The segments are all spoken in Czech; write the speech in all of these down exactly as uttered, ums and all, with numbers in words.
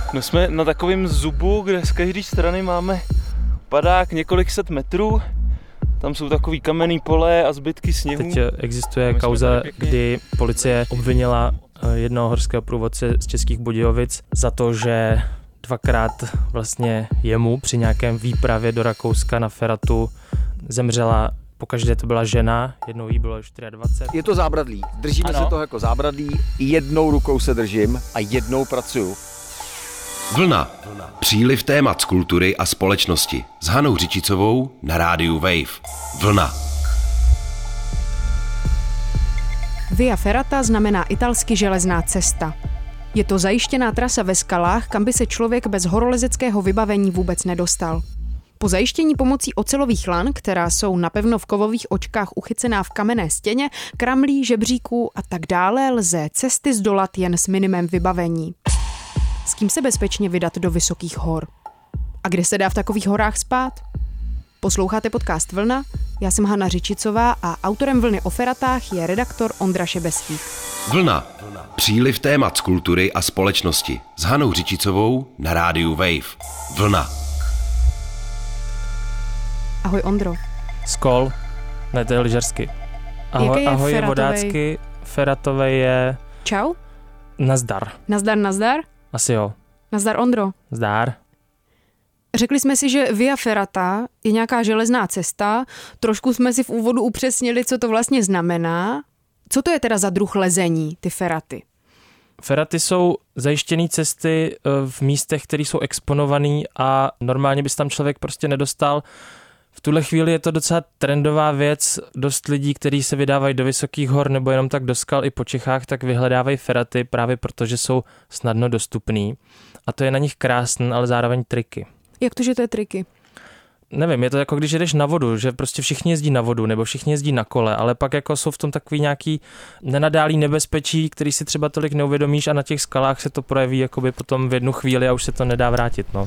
No jsme na takovém zubu, kde z každé strany máme padák několik set metrů. Tam jsou takový kamenný pole a zbytky sněhu. Teď existuje kauza, kdy policie obvinila jednoho horského průvodce z Českých Budějovic za to, že dvakrát vlastně jemu při nějakém výpravě do Rakouska na feratu zemřela. Pokaždé to byla žena, jednou jí bylo dvacet čtyři. Je to zábradlí. Držíme ano. se toho jako zábradlí. Jednou rukou se držím a jednou pracuju. Vlna. Příliv témat z kultury a společnosti. S Hanou Řičicovou na rádiu Wave. Vlna. Via Ferrata znamená italsky železná cesta. Je to zajištěná trasa ve skalách, kam by se člověk bez horolezeckého vybavení vůbec nedostal. Po zajištění pomocí ocelových lan, která jsou napevno v kovových očkách uchycená v kamenné stěně, kramlí, žebříků a tak dále, lze cesty zdolat jen s minimem vybavení. S kým se bezpečně vydat do vysokých hor? A kde se dá v takových horách spát? Posloucháte podcast Vlna? Já jsem Hana Řičicová a autorem Vlny o feratách je redaktor Ondra Šebestík. Vlna. Příliv témat z kultury a společnosti. S Hanou Řičicovou na rádiu Wave. Vlna. Ahoj Ondro. Skol. Ne, to je lyžařsky. Ahoj, je ahoj je feratovej? vodácky. Feratovej je... Čau. Nazdar. Nazdar, nazdar. Asi jo. Nazdar Ondro. Zdar. Řekli jsme si, že Via Ferrata je nějaká železná cesta. Trošku jsme si v úvodu upřesnili, co to vlastně znamená. Co to je teda za druh lezení, ty feraty? Feraty jsou zajištěné cesty v místech, které jsou exponované a normálně bys tam člověk prostě nedostal. V tuhle chvíli je to docela trendová věc. Dost lidí, kteří se vydávají do vysokých hor nebo jenom tak do skal i po Čechách, tak vyhledávají feraty právě protože jsou snadno dostupný. A to je na nich krásný, ale zároveň triky. Jak to, že to je triky? Nevím, je to jako když jedeš na vodu, že prostě všichni jezdí na vodu nebo všichni jezdí na kole, ale pak jako jsou v tom takový nějaký nenadálý nebezpečí, který si třeba tolik neuvědomíš a na těch skalách se to projeví jakoby potom v jednu chvíli a už se to nedá vrátit, no.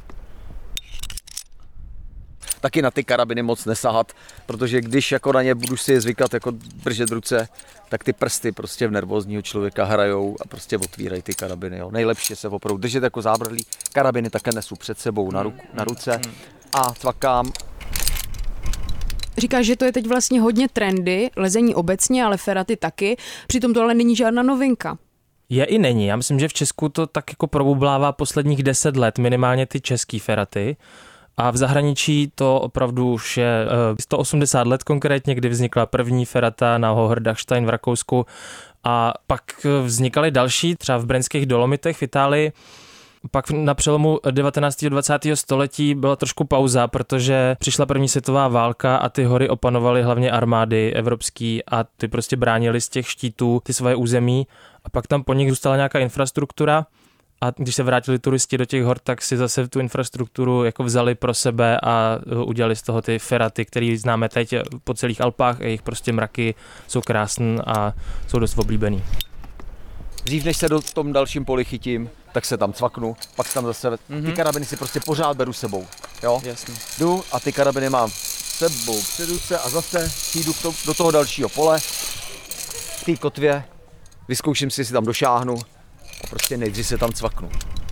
Taky na ty karabiny moc nesahat, protože když jako na ně budu si je zvykat jako držet v ruce, tak ty prsty prostě v nervózního člověka hrajou a prostě otvírají ty karabiny. Jo. Nejlepší je se opravdu držet jako zábradlí. Karabiny také nesu před sebou na, ruku, na ruce a cvakám. Říkáš, že to je teď vlastně hodně trendy, lezení obecně, ale feraty taky. Přitom to ale není žádná novinka. Je i není. Já myslím, že v Česku to tak jako probublává posledních deset let, minimálně ty český feraty. A v zahraničí to opravdu už je sto osmdesát let konkrétně, kdy vznikla první ferata na Hohrdachstein v Rakousku a pak vznikaly další, třeba v Brennských Dolomitech v Itálii. Pak na přelomu devatenáctého a dvacátého století byla trošku pauza, protože přišla první světová válka a ty hory opanovaly hlavně armády evropský a ty prostě bránili z těch štítů ty svoje území a pak tam po nich zůstala nějaká infrastruktura. A když se vrátili turisti do těch hor, tak si zase tu infrastrukturu jako vzali pro sebe a udělali z toho ty feraty, které známe teď po celých Alpách. Jejich prostě mraky jsou krásné a jsou dost oblíbený. Dřív než se do tom dalším poli chytím, tak se tam cvaknu, pak tam zase mm-hmm. ty karabiny si prostě pořád beru sebou. Jo? Jasně. Jdu a ty karabiny mám sebou před ruce a zase jdu do toho dalšího pole, v té kotvě, vyzkouším si, si tam došáhnu. A prostě nejdřív se tam cvaknu.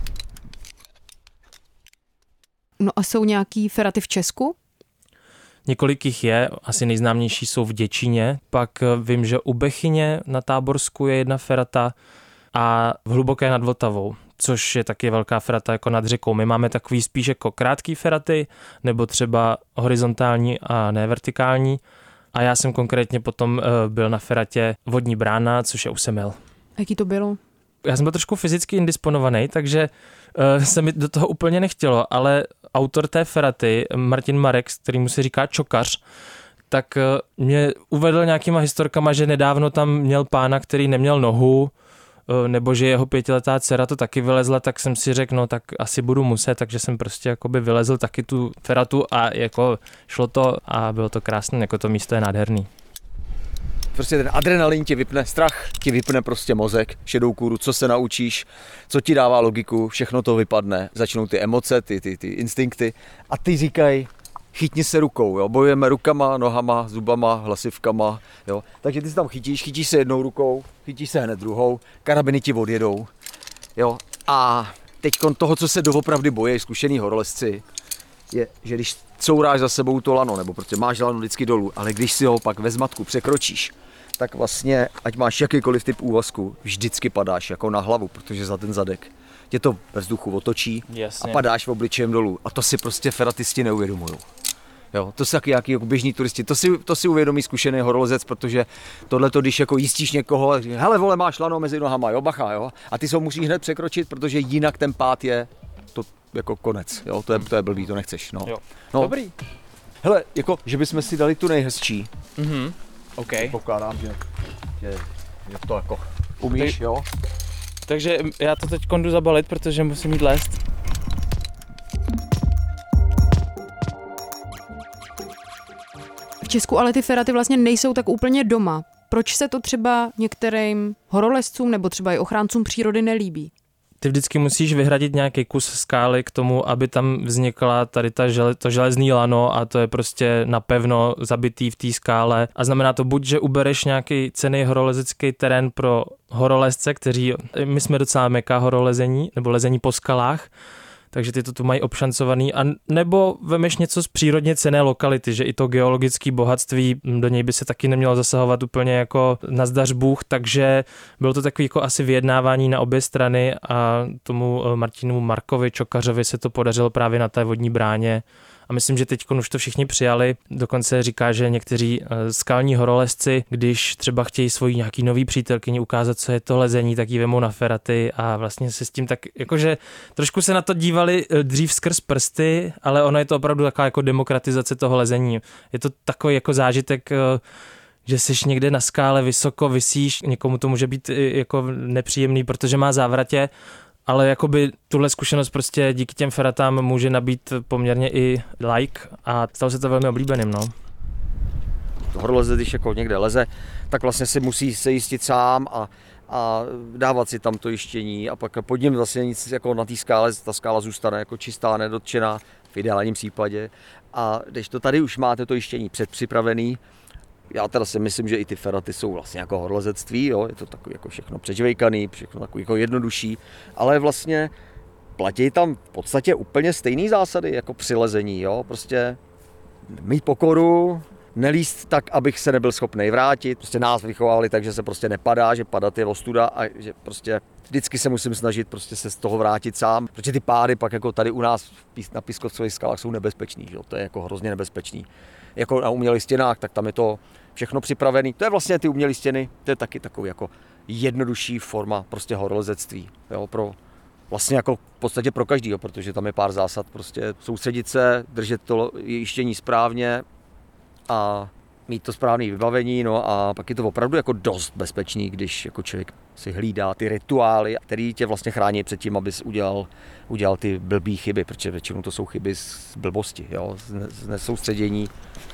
No a jsou nějaký feraty v Česku? Několik jich je, asi nejznámější jsou v Děčíně, pak vím, že u Bechyně na Táborsku je jedna ferata a v Hluboké nad Vltavou, což je taky velká ferata jako nad řekou. My máme takový spíš jako krátký feraty, nebo třeba horizontální a ne vertikální. A já jsem konkrétně potom byl na feratě Vodní brána, což je u Semil. Jaký to bylo? Já jsem byl trošku fyzicky indisponovaný, takže uh, se mi do toho úplně nechtělo, ale autor té feraty, Martin Marek, kterýmu se říká Čokař, tak uh, mě uvedl nějakýma historkama, že nedávno tam měl pána, který neměl nohu, uh, nebo že jeho pětiletá dcera to taky vylezla, tak jsem si řekl, no tak asi budu muset, takže jsem prostě jakoby vylezl taky tu feratu a jako šlo to a bylo to krásné, jako to místo je nádherný. Prostě ten adrenalin ti vypne, strach ti vypne prostě mozek, šedou kůru, co se naučíš, co ti dává logiku, všechno to vypadne. Začnou ty emoce, ty, ty, ty instinkty a ty říkají, chytni se rukou, jo? Bojujeme rukama, nohama, zubama, hlasivkama, jo? Takže ty se tam chytíš, chytíš se jednou rukou, chytíš se hned druhou, karabiny ti odjedou, jo? A teď toho, co se doopravdy bojí zkušený horolezci, je, že když couráš za sebou to lano, nebo prostě máš lano vždycky dolů, ale když si ho pak ve zmatku překročíš, tak vlastně, ať máš jakýkoliv typ úvazku, vždycky padáš jako na hlavu, protože za ten zadek tě to ve vzduchu otočí. Jasně. A padáš v obličejem dolů. A to si prostě feratisti neuvědomují. Jo, to jsou taky nějaký jako běžní turisti, to si, to si uvědomí zkušený horolezec, protože tohleto, když jako jistíš někoho, hele vole, máš lano mezi nohama, jo, bacha, jo, a ty se ho musíš hned překročit, protože jinak ten pád je to jako konec, jo, to je, to je blbý, to nechceš, no. Jo. No. Dobrý. Hele, jako, že bychom si dali tu nejhezčí. Mhm. OK. Pokládám, že, že, že to jako umíš, Ty... jo. Takže já to teď jdu zabalit, protože musím jít lézt. V Česku ale ty feraty vlastně nejsou tak úplně doma. Proč se to třeba některým horolezcům nebo třeba i ochráncům přírody nelíbí? Ty vždycky musíš vyhradit nějaký kus skály k tomu, aby tam vznikla tady ta žele, to železný lano a to je prostě napevno zabitý v té skále. A znamená to buď, že ubereš nějaký cenný horolezecký terén pro horolezce, kteří, my jsme docela meká horolezení, nebo lezení po skalách, takže ty to tu mají obšancovaný, a nebo vemeš něco z přírodně cenné lokality, že i to geologické bohatství, do něj by se taky nemělo zasahovat úplně jako na zdař Bůh, takže bylo to takový jako asi vyjednávání na obě strany a tomu Martinu Markovi Čokařovi se to podařilo právě na té vodní bráně. A myslím, že teď už to všichni přijali. Dokonce říká, že někteří skalní horolezci, když třeba chtějí svoji nějaký nový přítelkyni ukázat, co je to lezení, tak ji vemou na feraty a vlastně se s tím tak, jakože trošku se na to dívali dřív skrz prsty, ale ono je to opravdu taková jako demokratizace toho lezení. Je to takový jako zážitek, že jsi někde na skále vysoko, visíš, někomu to může být jako nepříjemný, protože má závratě, ale jakoby tuhle zkušenost prostě díky těm feratám může nabít poměrně i like a stalo se to velmi oblíbeným, no. Horolezec, když jako někde leze, tak vlastně si musí se jistit sám a, a dávat si tam to jištění a pak pod ním zase nic jako na té skále, ta skála zůstane jako čistá, nedotčená v ideálním případě. A když to tady už máte to jištění předpřipravený, já teda si myslím, že i ty feraty jsou vlastně jako horolezectví, jo? Je to takový jako všechno přežvejkaný, všechno takový jako jednodušší, ale vlastně platí tam v podstatě úplně stejné zásady jako při lezení, jo? Prostě mít pokoru, nelíst tak, abych se nebyl schopný vrátit, prostě nás vychovali tak, že se prostě nepadá, že padat je ostuda a že prostě vždycky se musím snažit prostě se z toho vrátit sám, protože ty pády pak jako tady u nás na pískovcových skalách jsou nebezpečný, jo? To je jako hrozně nebezpečný. Jako na umělých stěnách, tak tam je to všechno připravené. To je vlastně ty umělé stěny, to je taky takový jako jednodušší forma prostě horolezectví, jo, pro vlastně jako v podstatě pro každýho, protože tam je pár zásad, prostě soustředit se, držet to jištění správně a mít to správné vybavení, no a pak je to opravdu jako dost bezpečný, když jako člověk si hlídá ty rituály, který tě vlastně chrání před tím, abys udělal, udělal ty blbý chyby, protože většinou to jsou chyby z blbosti, jo, z nesoustředění.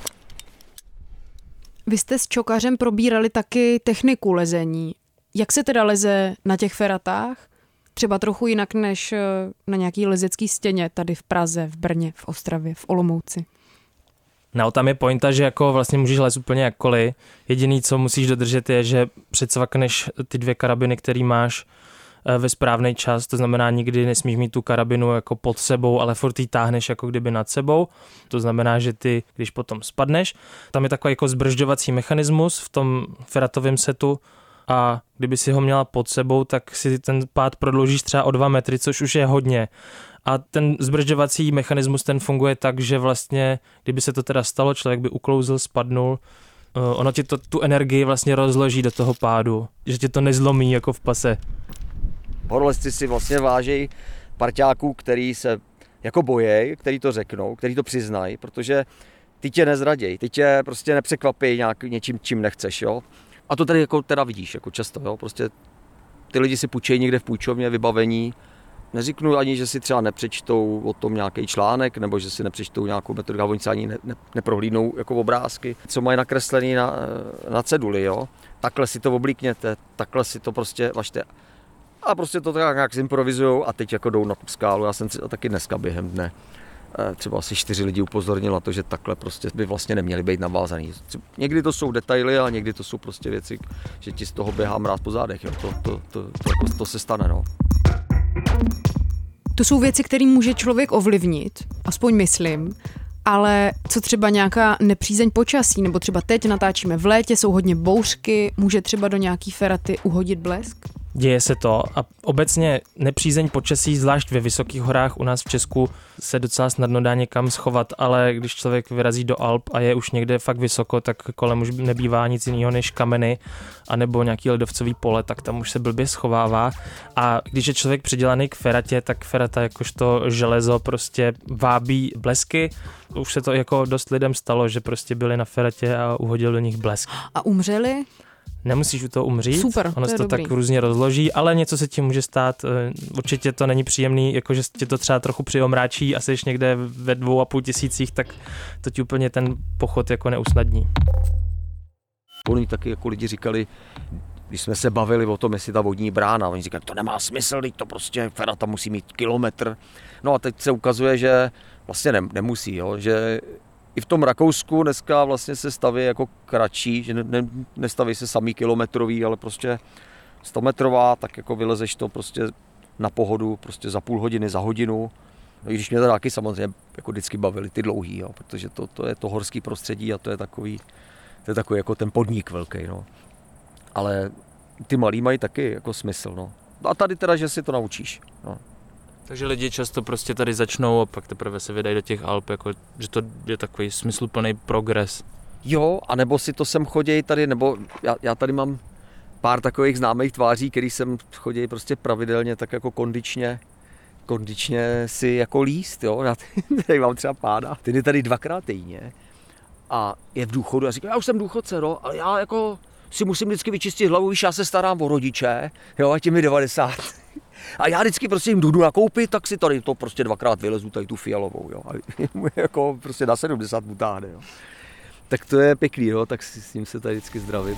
Vy jste s Čokařem probírali taky techniku lezení. Jak se teda leze na těch feratách? Třeba trochu jinak než na nějaký lezecký stěně tady v Praze, v Brně, v Ostravě, v Olomouci. No, tam je pointa, že jako vlastně můžeš lézt úplně jakkoliv. Jediný, co musíš dodržet, je, že předsvakneš ty dvě karabiny, které máš ve správný čas, to znamená, nikdy nesmíš mít tu karabinu jako pod sebou, ale furt ji táhneš jako kdyby nad sebou. To znamená, že ty, když potom spadneš, tam je takový jako zbržďovací mechanismus v tom feratovém setu a kdyby si ho měla pod sebou, tak si ten pád prodloužíš třeba o dva metry, což už je hodně. A ten zbržďovací mechanismus ten funguje tak, že vlastně, kdyby se to teda stalo, člověk by uklouzl, spadnul, ono ti to, tu energii vlastně rozloží do toho pádu, že tě to nezlomí jako v pase. Horolezci si vlastně vážejí parťáků, který se jako bojejí, který to řeknou, který to přiznají, protože ty tě nezradějí, ty tě prostě nepřekvapí nějak něčím, čím nechceš, jo. A to tady jako teda vidíš, jako často, jo, prostě ty lidi si půjčejí někde v půjčovně vybavení, neříknu ani, že si třeba nepřečtou o tom nějaký článek, nebo že si nepřečtou nějakou metodiku, oni se ani ne, ne, neprohlídnou jako obrázky, co mají nakreslený na, na ceduli, jo. Takhle si to oblíkněte, takhle si to prostě važte. A prostě to tak nějak zimprovizujou a teď jako jdou na tu skálu. Já jsem si taky dneska během dne třeba asi čtyři lidi upozornil na to, že takhle prostě by vlastně neměli být navázaný. Někdy to jsou detaily a někdy to jsou prostě věci, že ti z toho běhá mráz po zádech. Jo. To, to, to, to, to, to se stane. No. To jsou věci, které může člověk ovlivnit, aspoň myslím, ale co třeba nějaká nepřízeň počasí, nebo třeba teď natáčíme v létě, jsou hodně bouřky, může třeba do nějaký feraty uhodit blesk? Děje se to a obecně nepřízeň počasí, zvlášť ve vysokých horách u nás v Česku, se docela snadno dá někam schovat, ale když člověk vyrazí do Alp a je už někde fakt vysoko, tak kolem už nebývá nic jiného než kameny anebo nějaký ledovcový pole, tak tam už se blbě schovává. A když je člověk přidělaný k feratě, tak ferata jakožto železo prostě vábí blesky. Už se to jako dost lidem stalo, že prostě byli na feratě a uhodil do nich blesk. A umřeli? Nemusíš u toho umřít, Super, ono to se to dobrý. tak různě rozloží, ale něco se ti může stát, určitě to není příjemný, jakože tě to třeba trochu přiomráčí a jsi někde ve dvou a půl tisících, tak to ti úplně ten pochod jako neusnadní. Oni taky jako lidi říkali, když jsme se bavili o tom, jestli ta vodní brána, oni říkali, to nemá smysl, teď to prostě ferata musí mít kilometr. No a teď se ukazuje, že vlastně ne, nemusí, jo, že i v tom Rakousku dneska vlastně se staví jako kratší, že ne, ne, nestaví se samý kilometrový, ale prostě sto metrová, tak jako vylezeš to prostě na pohodu, prostě za půl hodiny, za hodinu. No i když mě to taky samozřejmě jako vždycky bavili ty dlouhý, jo, protože to, to je to horský prostředí a to je takový, to je takový jako ten podnik velký, no. Ale ty malí mají taky jako smysl, no. A tady teda, že si to naučíš, no. Takže lidi často prostě tady začnou a pak teprve se vydají do těch Alp, jako, že to je takový smysluplný progres. Jo, anebo si to sem chodějí tady, nebo já, já tady mám pár takových známých tváří, který sem chodějí prostě pravidelně tak jako kondičně, kondičně si jako líst, jo. Já tady mám třeba pána, ten je tady dvakrát týdně a je v důchodu a říká, já už jsem důchodce, no, ale já jako si musím vždycky vyčistit hlavu, víš, já se starám o rodiče, jo, a těm je devadesát. A já vždycky prostě jim jdu nakoupit, tak si tady to prostě dvakrát vylezu, tady tu fialovou, jo. A jako prostě na sedmdesát mu táhne, jo. Tak to je pěkný, jo, tak s ním se tady vždycky zdravím.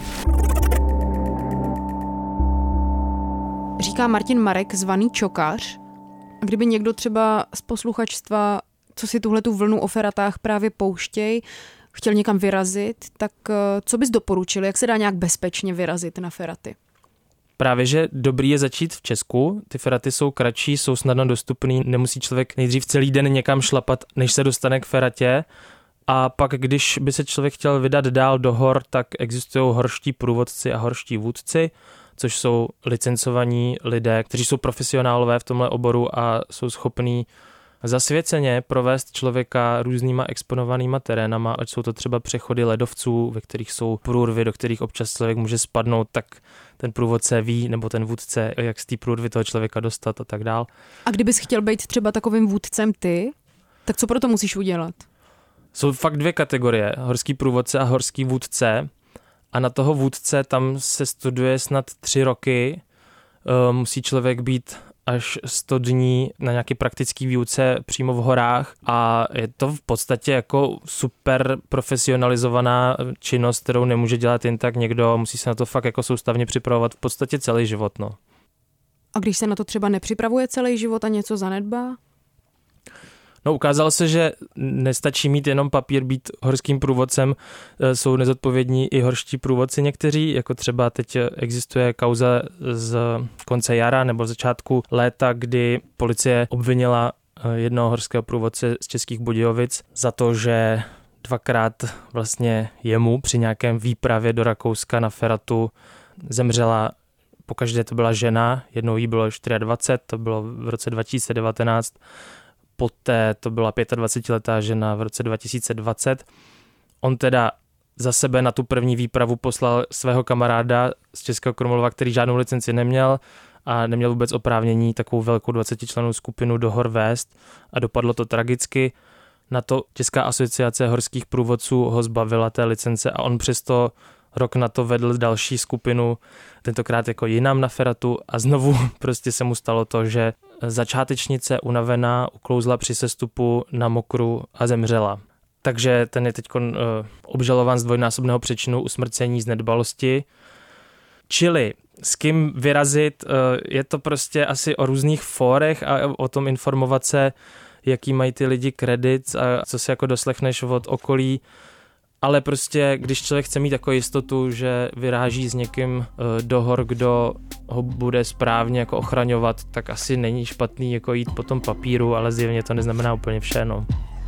Říká Martin Marek, zvaný Čokař. A kdyby někdo třeba z posluchačstva, co si tuhle tu vlnu o feratách právě pouštěj, chtěl někam vyrazit, tak co bys doporučil, jak se dá nějak bezpečně vyrazit na feraty? Právě, že dobrý je začít v Česku, ty feraty jsou kratší, jsou snadno dostupný, nemusí člověk nejdřív celý den někam šlapat, než se dostane k feratě. A pak, když by se člověk chtěl vydat dál do hor, tak existují horští průvodci a horští vůdci, což jsou licencovaní lidé, kteří jsou profesionálové v tomhle oboru a jsou schopní zasvěceně provést člověka různýma exponovanýma terénama, ať jsou to třeba přechody ledovců, ve kterých jsou průrvy, do kterých občas člověk může spadnout, tak ten průvodce ví, nebo ten vůdce, jak z té průrvy toho člověka dostat a tak dál. A kdybys chtěl být třeba takovým vůdcem ty, tak co pro to musíš udělat? Jsou fakt dvě kategorie, horský průvodce a horský vůdce. A na toho vůdce tam se studuje snad tři roky. Musí člověk být až sto dní na nějaký praktický výuce přímo v horách a je to v podstatě jako super profesionalizovaná činnost, kterou nemůže dělat jen tak někdo, musí se na to fakt jako soustavně připravovat v podstatě celý život. No. A když se na to třeba nepřipravuje celý život a něco zanedbá? No, ukázalo se, že nestačí mít jenom papír být horským průvodcem, jsou nezodpovědní i horští průvodci někteří, jako třeba teď existuje kauza z konce jara nebo začátku léta, kdy policie obvinila jednoho horského průvodce z Českých Budějovic za to, že dvakrát vlastně jemu při nějakém výpravě do Rakouska na feratu zemřela, pokaždé to byla žena, jednou jí bylo dvacet čtyři, to bylo v roce dva tisíce devatenáct, poté to byla dvacetipětiletá žena v roce dva tisíce dvacet. On teda za sebe na tu první výpravu poslal svého kamaráda z Českého Krumlova, který žádnou licenci neměl a neměl vůbec oprávnění takovou velkou dvacetičlennou skupinu do hor vést a dopadlo to tragicky. Na to Česká asociace horských průvodců ho zbavila té licence a on přesto rok na to vedl další skupinu, tentokrát jako jinam na feratu a znovu prostě se mu stalo to, že začátečnice unavená uklouzla při sestupu na mokru a zemřela. Takže ten je teď uh, obžalován z dvojnásobného přečinu usmrcení z nedbalosti. Čili s kým vyrazit, uh, je to prostě asi o různých fórech a o tom informovat se, jaký mají ty lidi kredit a co si jako doslechneš od okolí. Ale prostě, když člověk chce mít takovou jistotu, že vyráží s někým do hor, kdo ho bude správně jako ochraňovat, tak asi není špatný jako jít po tom papíru, ale zjevně to neznamená úplně vše, no.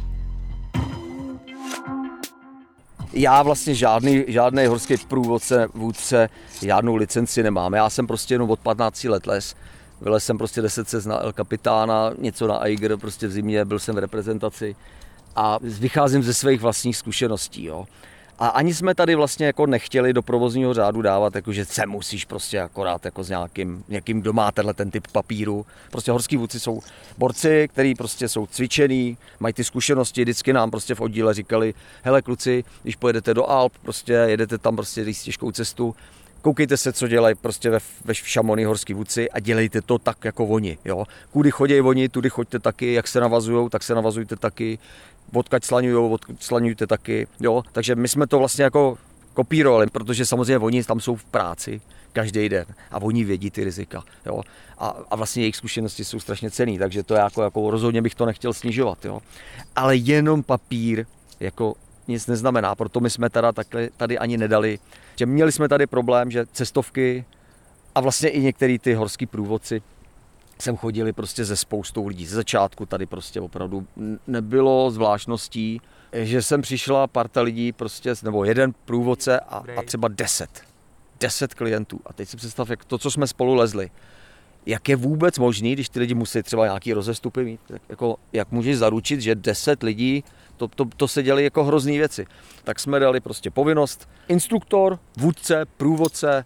Já vlastně žádný, žádný horský průvodce, vůdce, žádnou licenci nemám. Já jsem prostě jenom od patnácti let les. Vylez jsem prostě deset cest na El Capitána, něco na Eiger, prostě v zimě, byl jsem v reprezentaci a vycházím ze svých vlastních zkušeností, jo. A ani jsme tady vlastně jako nechtěli do provozního řádu dávat, jakože se musíš prostě akorát jako s nějakým, nějakým, kdo má tenhle ten typ papíru. Prostě horský vůdci jsou borci, kteří prostě jsou cvičený, mají ty zkušenosti, vždycky nám prostě v oddíle říkali, hele kluci, když pojedete do Alp, prostě jedete tam prostě jít těžkou cestu, koukejte se, co dělají prostě ve, ve Šamony horský vůdci a dělejte to tak jako oni, jo. Kudy chodějí oni, tudy choďte taky, jak se navazujou, tak se navazujte taky. Odkaď slaňujou, odkud slaňujte taky, jo. Takže my jsme to vlastně jako kopírovali, protože samozřejmě oni tam jsou v práci každý den a oni vědí ty rizika, jo. A, a vlastně jejich zkušenosti jsou strašně cenný, takže to jako, jako rozhodně bych to nechtěl snižovat, jo. Ale jenom papír jako nic neznamená, proto my jsme teda takhle tady ani nedali. Že měli jsme tady problém, že cestovky a vlastně i některý ty horský průvodci sem chodili prostě ze spoustou lidí. Ze začátku tady prostě opravdu nebylo zvláštností, že sem přišla parta lidí prostě, nebo jeden průvodce a, a třeba deset. Deset klientů. A teď si představ, jak to, co jsme spolu lezli. Jak je vůbec možný, když ty lidi musí třeba nějaký rozestupy mít, tak jako, jak můžeš zaručit, že deset lidí, to, to, to se děli jako hrozný věci. Tak jsme dali prostě povinnost, instruktor, vůdce, průvodce,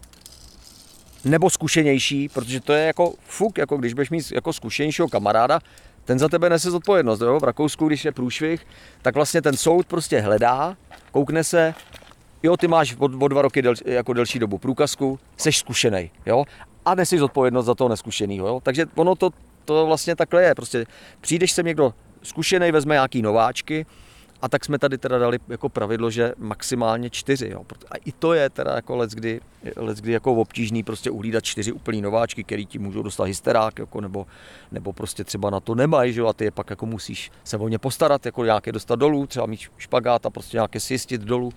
nebo zkušenější, protože to je jako fuk, jako když budeš mít jako zkušenějšího kamaráda, ten za tebe nese zodpovědnost. Jo? V Rakousku, když je průšvih, tak vlastně ten soud prostě hledá, koukne se, jo, ty máš o, o dva roky del, jako delší dobu průkazku, seš zkušenej, jo, a neseš zodpovědnost za toho neskušenýho, jo. Takže ono to, to vlastně takhle je, prostě přijdeš sem někdo zkušenej, vezme nějaký nováčky, a tak jsme tady teda dali jako pravidlo, že maximálně čtyři, jo. A i to je teda jako leckdy, leckdy jako obtížný prostě uhlídat čtyři úplný nováčky, který ti můžou dostat hysterák, jako, nebo, nebo prostě třeba na to nemají, že jo, a ty je pak jako musíš se o ně postarat, jako nějaké dostat dolů, třeba mít špagát a prostě nějaké sjistit dolů.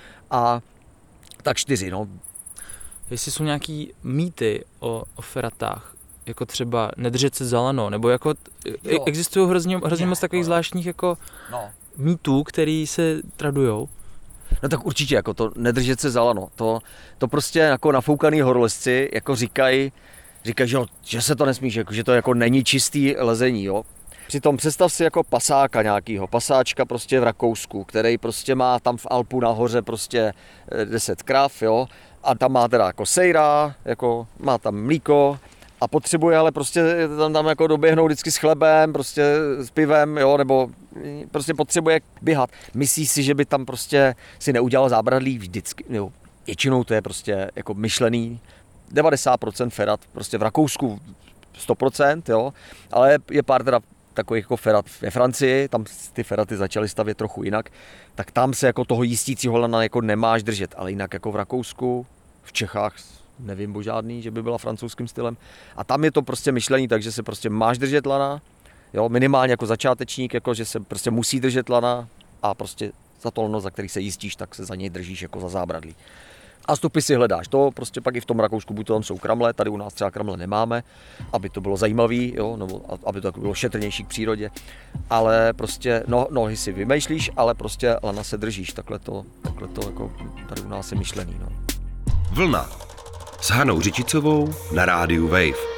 A tak čtyři, no. Jestli jsou nějaký mýty o, o feratách, jako třeba nedržet se za lano, nebo jako jo. Existují hrozně, hrozně moc takových zvláštních jako no. mýtů, který se tradujou? No tak určitě, jako to nedržet se za lano, to, to prostě jako nafoukaný horolezci jako říkají, říkají, že, že se to nesmíš, jako, že to jako není čistý lezení, jo. Přitom představ si jako pasáka nějakýho, pasáčka prostě v Rakousku, který prostě má tam v Alpu nahoře prostě deset krav, jo, a tam má teda jako sejra, jako má tam mlíko a potřebuje ale prostě tam, tam jako doběhnout vždycky s chlebem, prostě s pivem, jo, nebo prostě potřebuje běhat. Myslí si, že by tam prostě si neudělal zábradlí vždycky, jo, většinou to je prostě jako myšlený, devadesát procent ferat prostě v Rakousku sto procent, jo, ale je pár teda takových jako ferat ve Francii, tam ty feraty začaly stavět trochu jinak, tak tam se jako toho jistícího lana jako nemáš držet, ale jinak jako v Rakousku, v Čechách nevím o žádný, že by byla francouzským stylem a tam je to prostě myšlení, takže se prostě máš držet lana, jo, minimálně jako začátečník, jako že se prostě musí držet lana a prostě za to lano, za který se jistíš, tak se za něj držíš jako za zábradlí. A stopy si hledáš, to prostě pak i v tom Rakousku, buď to tam jsou kramle, tady u nás třeba kramle nemáme, aby to bylo zajímavý, jo, nebo aby to bylo šetrnější k přírodě, ale prostě no, nohy si vymýšlíš, ale prostě lana se držíš, takhle to, takhle to jako tady u nás je myšlený. No. Vlna s Hanou Řičicovou na rádiu Wave.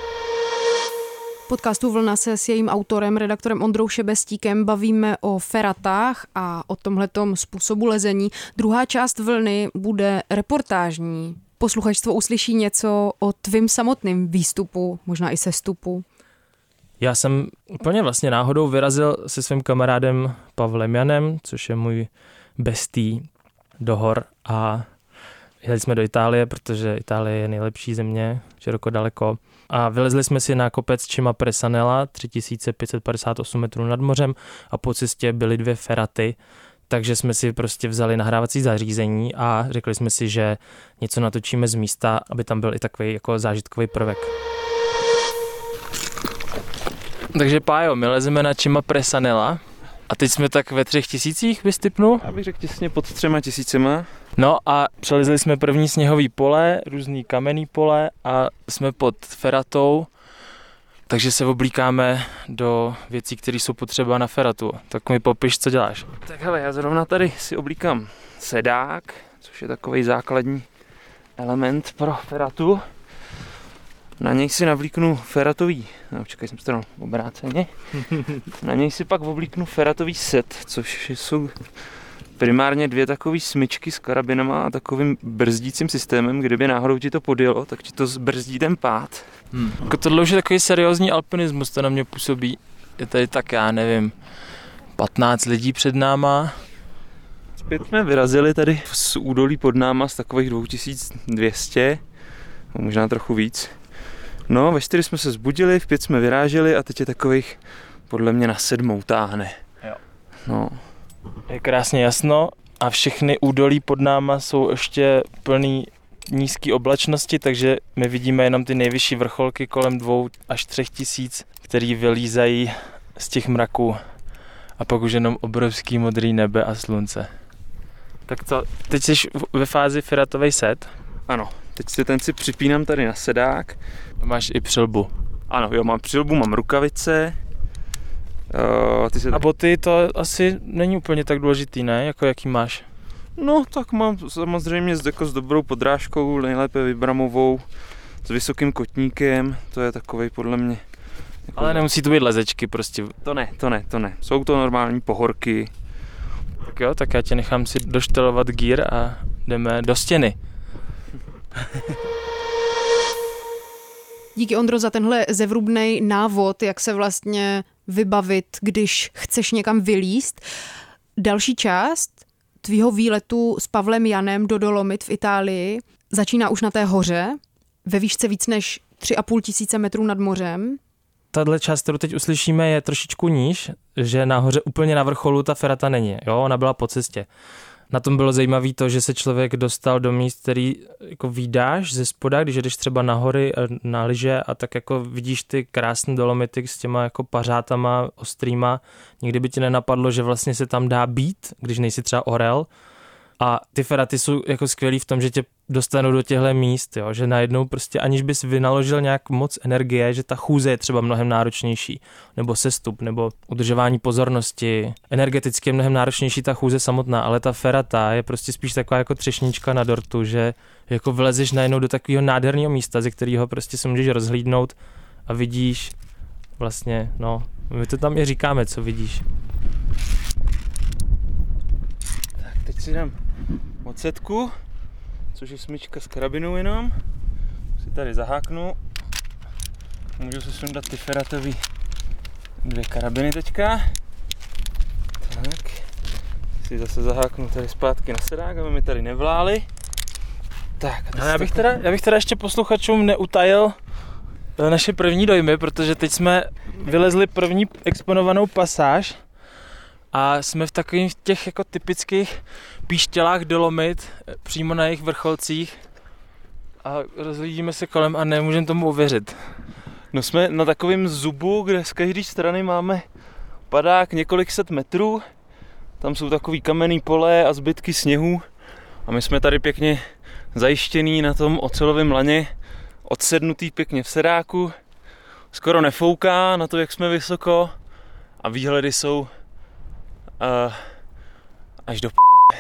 Podcastu Vlna se s jejím autorem, redaktorem Ondrou Šebestíkem bavíme o feratách a o tomhletom způsobu lezení. Druhá část Vlny bude reportážní. Posluchačstvo uslyší něco o tvým samotným výstupu, možná i sestupu. Já jsem úplně vlastně náhodou vyrazil se svým kamarádem Pavlem Janem, což je můj bestý, do hor a jeli jsme do Itálie, protože Itálie je nejlepší země, široko daleko. A vylezli jsme si na kopec Cima Presanella, tři tisíce pět set padesát osm metrů nad mořem a po cestě byly dvě feraty, takže jsme si prostě vzali nahrávací zařízení a řekli jsme si, že něco natočíme z místa, aby tam byl i takový jako zážitkový prvek. Takže Pájo, my lezeme na Cima Presanella A teď jsme tak ve třech tisících, bys tipnul? Já bych řekl těsně pod třema tisícema. No a přelezli jsme první sněhový pole, různý kamenný pole a jsme pod feratou, takže se oblíkáme do věcí, které jsou potřeba na feratu. Tak mi popiš, co děláš. Tak hele, já zrovna tady si oblíkám sedák, což je takový základní element pro feratu. Na něj si navlíknu feratový, no čekaj, jsem stranou obráceně. Na něj si pak oblíknu feratový set, což jsou primárně dvě takové smyčky s karabinama a takovým brzdícím systémem, kdyby náhodou ti to podjelo, tak ti to zbrzdí ten pád. Hmm. Jako tohle už je takový seriózní alpinismus, to na mě působí. Je tady tak, já nevím, patnáct lidí před náma. Zpět jsme vyrazili tady z údolí pod náma z takových dva tisíce dvě stě, možná trochu víc. No, ve čtyři jsme se zbudili, v pět jsme vyráželi a teď je takových podle mě na sedmou táhne. Jo. No. Je krásně jasno a všechny údolí pod náma jsou ještě plný nízké oblačnosti, takže my vidíme jenom ty nejvyšší vrcholky kolem dvou až třech tisíc, který vylízají z těch mraků a pak už jenom obrovský modrý nebe a slunce. Tak co, teď jsi ve fázi feratový set? Ano, teď si ten si připínám tady na sedák. Máš i přilbu. Ano, jo, mám přilbu, mám rukavice. Uh, ty se a tak... boty to asi není úplně tak důležitý, ne? Jako jaký máš? No, tak mám samozřejmě s, jako s dobrou podrážkou, nejlépe Vibramovou, s vysokým kotníkem, to je takovej podle mě. Jako... Ale nemusí to být lezečky prostě. To ne, to ne, to ne. Jsou to normální pohorky. Tak jo, tak já tě nechám si doštelovat gear a jdeme do stěny. Díky, Ondro, za tenhle zevrubnej návod, jak se vlastně vybavit, když chceš někam vylízt. Další část tvýho výletu s Pavlem Janem do Dolomit v Itálii začíná už na té hoře, ve výšce víc než tři a půl tisíce metrů nad mořem. Tahle část, kterou teď uslyšíme, je trošičku níž, že nahoře úplně na vrcholu ta ferata není. Jo, ona byla po cestě. Na tom bylo zajímavé to, že se člověk dostal do míst, který jako vídáš ze spoda, když jdeš třeba na hory, na lyže a tak jako vidíš ty krásné Dolomity s těma jako pařátama ostrýma. Nikdy by ti nenapadlo, že vlastně se tam dá být, když nejsi třeba orel. A ty feraty jsou jako skvělý v tom, že tě dostanou do těchto míst, jo? Že najednou prostě aniž bys vynaložil nějak moc energie, že ta chůze je třeba mnohem náročnější, nebo sestup, nebo udržování pozornosti. Energeticky je mnohem náročnější ta chůze samotná, ale ta ferata je prostě spíš taková jako třešnička na dortu, že jako vlezeš najednou do takového nádherného místa, ze kterého prostě se můžeš rozhlídnout a vidíš vlastně, no, my to tam i říkáme, co vidíš. Tak teď si dám mocetku, což je smyčka s karabinou jenom. Si tady zaháknu. Můžu se sundat ty feratový dvě karabiny teďka. Tak. Si zase zaháknu tady zpátky na sedák, aby mi tady nevláli. Tak. No, já, bych teda, já bych teda ještě posluchačům neutajil naše první dojmy, protože teď jsme vylezli první exponovanou pasáž a jsme v takových těch jako typických píšťalách Dolomit, přímo na jejich vrcholcích a rozhlídíme se kolem a nemůžeme tomu uvěřit. No jsme na takovém zubu, kde z každé strany máme padák několik set metrů. Tam jsou takový kamenný pole a zbytky sněhu a my jsme tady pěkně zajištěný na tom ocelovém laně, odsednutý pěkně v sedáku. Skoro nefouká na to, jak jsme vysoko a výhledy jsou uh, až do p***.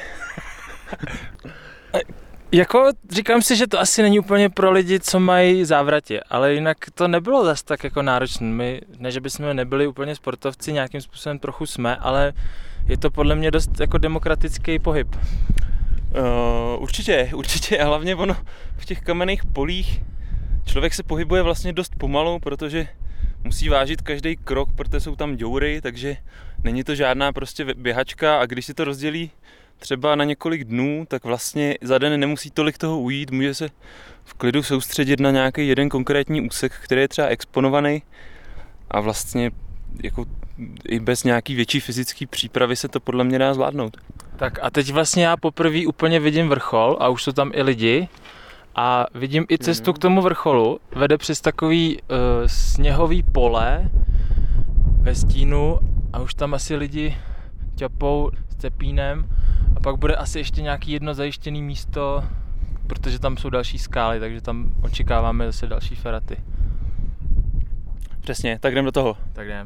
Jako říkám si, že to asi není úplně pro lidi, co mají závratě, ale jinak to nebylo zas tak jako náročné. My, ne, že bychom nebyli úplně sportovci, nějakým způsobem trochu jsme, ale je to podle mě dost jako demokratický pohyb. Uh, určitě, určitě a hlavně ono v těch kamenných polích člověk se pohybuje vlastně dost pomalu, protože musí vážit každý krok, protože jsou tam děury, takže není to žádná prostě běhačka a když si to rozdělí třeba na několik dnů, tak vlastně za den nemusí tolik toho ujít, může se v klidu soustředit na nějaký jeden konkrétní úsek, který je třeba exponovaný a vlastně jako i bez nějaký větší fyzické přípravy se to podle mě dá zvládnout. Tak a teď vlastně já poprvé úplně vidím vrchol a už jsou tam i lidi a vidím i cestu k tomu vrcholu, vede přes takový uh, sněhový pole ve stínu a už tam asi lidi Šťapou, s Cepínem a pak bude asi ještě nějaký jedno zajištěné místo, protože tam jsou další skály, takže tam očekáváme zase další feraty. Přesně, tak jdem do toho. Tak jdem.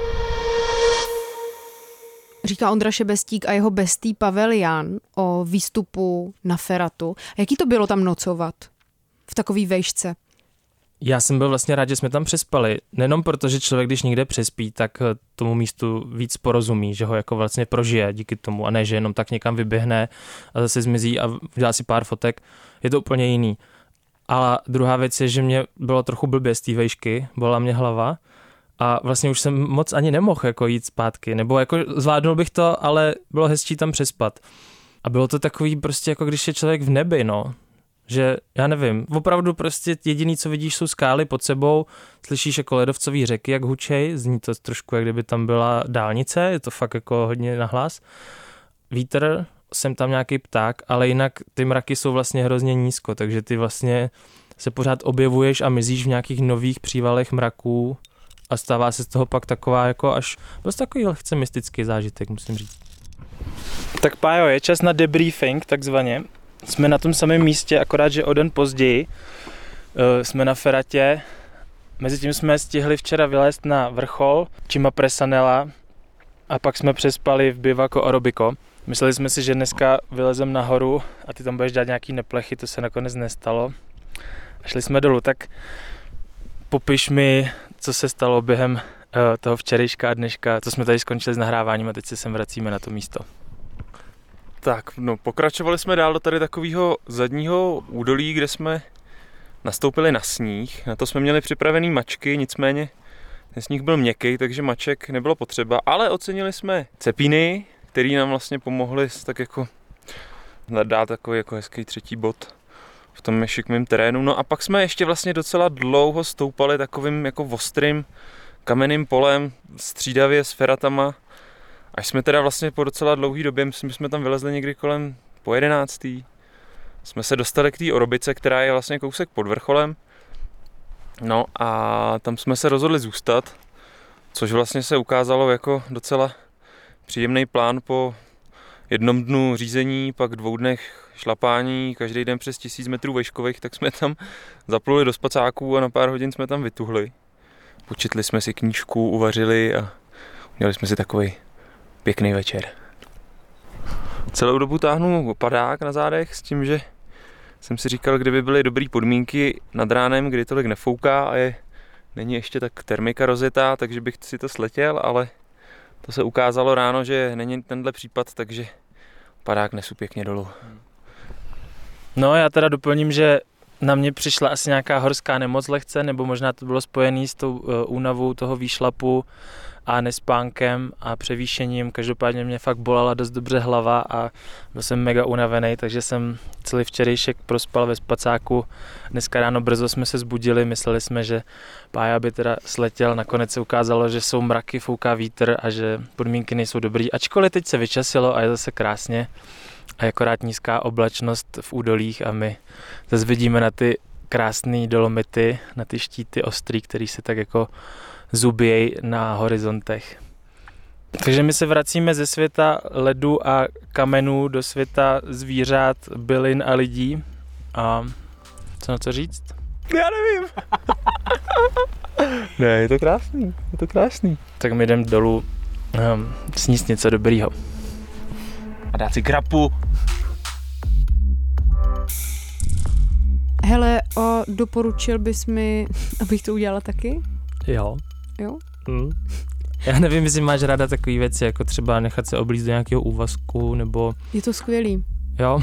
Říká Ondra Šebestík a jeho bestý Pavel Jan o výstupu na feratu. Jaký to bylo tam nocovat v takové vejšce? Já jsem byl vlastně rád, že jsme tam přespali. Nejenom proto, že člověk, když někde přespí, tak tomu místu víc porozumí, že ho jako vlastně prožije díky tomu a ne, že jenom tak někam vyběhne a zase zmizí a udělá si pár fotek. Je to úplně jiný. Ale druhá věc je, že mě bylo trochu blbě z té vejšky, bolela mě hlava a vlastně už jsem moc ani nemohl jako jít zpátky, nebo jako zvládnul bych to, ale bylo hezčí tam přespat. A bylo to takový prostě jako když je člověk v nebi, no. Že já nevím, opravdu prostě jediný, co vidíš, jsou skály pod sebou, slyšíš jako ledovcový řeky, jak hučej, zní to trošku, jak kdyby tam byla dálnice, je to fakt jako hodně nahlas. Vítr, jsem tam nějaký pták, ale jinak ty mraky jsou vlastně hrozně nízko, takže ty vlastně se pořád objevuješ a mizíš v nějakých nových přívalech mraků a stává se z toho pak taková jako až prostě takový lehce mystický zážitek, musím říct. Tak Pájo, je čas na debriefing takzvaně. Jsme na tom samém místě, akorát, že o den později. Jsme na feratě. Mezitím jsme stihli včera vylézt na vrchol Cima Presanella a pak jsme přespali v bivaku Orobico. Mysleli jsme si, že dneska vylezem nahoru a ty tam budeš dělat nějaký neplechy, to se nakonec nestalo. A šli jsme dolů, tak popiš mi, co se stalo během toho včerejška a dneška, co jsme tady skončili s nahráváním a teď se sem vracíme na to místo. Tak, no, pokračovali jsme dál do tady takového zadního údolí, kde jsme nastoupili na sníh. Na to jsme měli připravený mačky, nicméně ten sníh byl měkký, takže maček nebylo potřeba, ale ocenili jsme cepíny, který nám vlastně pomohli tak jako dát takový jako hezký třetí bod v tom šikmým terénu. No a pak jsme ještě vlastně docela dlouho stoupali takovým jako ostrým kamenným polem, střídavě s feratama. Až jsme teda vlastně po docela dlouhý době, myslím, že jsme tam vylezli někdy kolem po jedenáctý, jsme se dostali k té Orobice, která je vlastně kousek pod vrcholem. No a tam jsme se rozhodli zůstat, což vlastně se ukázalo jako docela příjemný plán po jednom dnu řízení, pak dvou dnech šlapání, každý den přes tisíc metrů vejškových, tak jsme tam zapluli do spacáků a na pár hodin jsme tam vytuhli. Početli jsme si knížku, uvařili a udělali jsme si takový pěkný večer. Celou dobu táhnu padák na zádech s tím, že jsem si říkal, kdyby byly dobré podmínky nad ránem, kdy tolik nefouká a je, není ještě tak termika rozjetá, takže bych si to sletěl, ale to se ukázalo ráno, že není tenhle případ, takže padák nesu pěkně dolů. No já teda doplním, že na mě přišla asi nějaká horská nemoc lehce, nebo možná to bylo spojené s tou uh, únavou toho výšlapu a nespánkem a převýšením. Každopádně mě fakt bolela dost dobře hlava a byl jsem mega unavený, takže jsem celý včerejšek prospal ve spacáku. Dneska ráno brzo jsme se zbudili, mysleli jsme, že Pája by teda sletěl. Nakonec se ukázalo, že jsou mraky, fouká vítr a že podmínky nejsou dobrý. Ačkoliv teď se vyčasilo a je zase krásně a je akorát nízká oblačnost v údolích a my zase vidíme na ty krásné dolomity, na ty štíty ostrý, který se tak jako zuběj na horizontech. Takže my se vracíme ze světa ledu a kamenů do světa zvířat, bylin a lidí. A co na to říct? Já nevím. Ne, je to krásný, je to krásný. Tak my jdem dolů um, sníst něco dobrýho. A dát si krapu. Hele, a doporučil bys mi, abych to udělala taky? Jo. Jo? Hmm. Já nevím, jestli máš ráda takové věci, jako třeba nechat se oblíct do nějakého úvazku, nebo... Je to skvělý. Jo.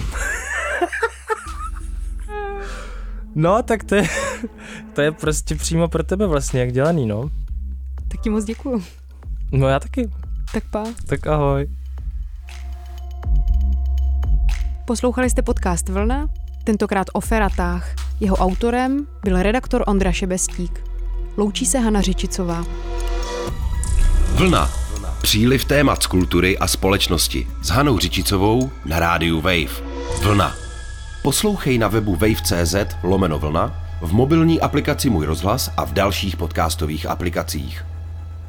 No, tak to je, to je prostě přímo pro tebe vlastně, jak dělaný, no. Tak ti moc děkuju. No já taky. Tak pa. Tak ahoj. Poslouchali jste podcast Vlna, tentokrát o feratách. Jeho autorem byl redaktor Ondra Šebestík. Loučí se Hana Řičicová. Vlna. Příliv témat z kultury a společnosti s Hanou Řičicovou na rádiu Wave. Vlna. Poslouchej na webu wave tečka cz lomeno vlna, v mobilní aplikaci Můj rozhlas a v dalších podcastových aplikacích.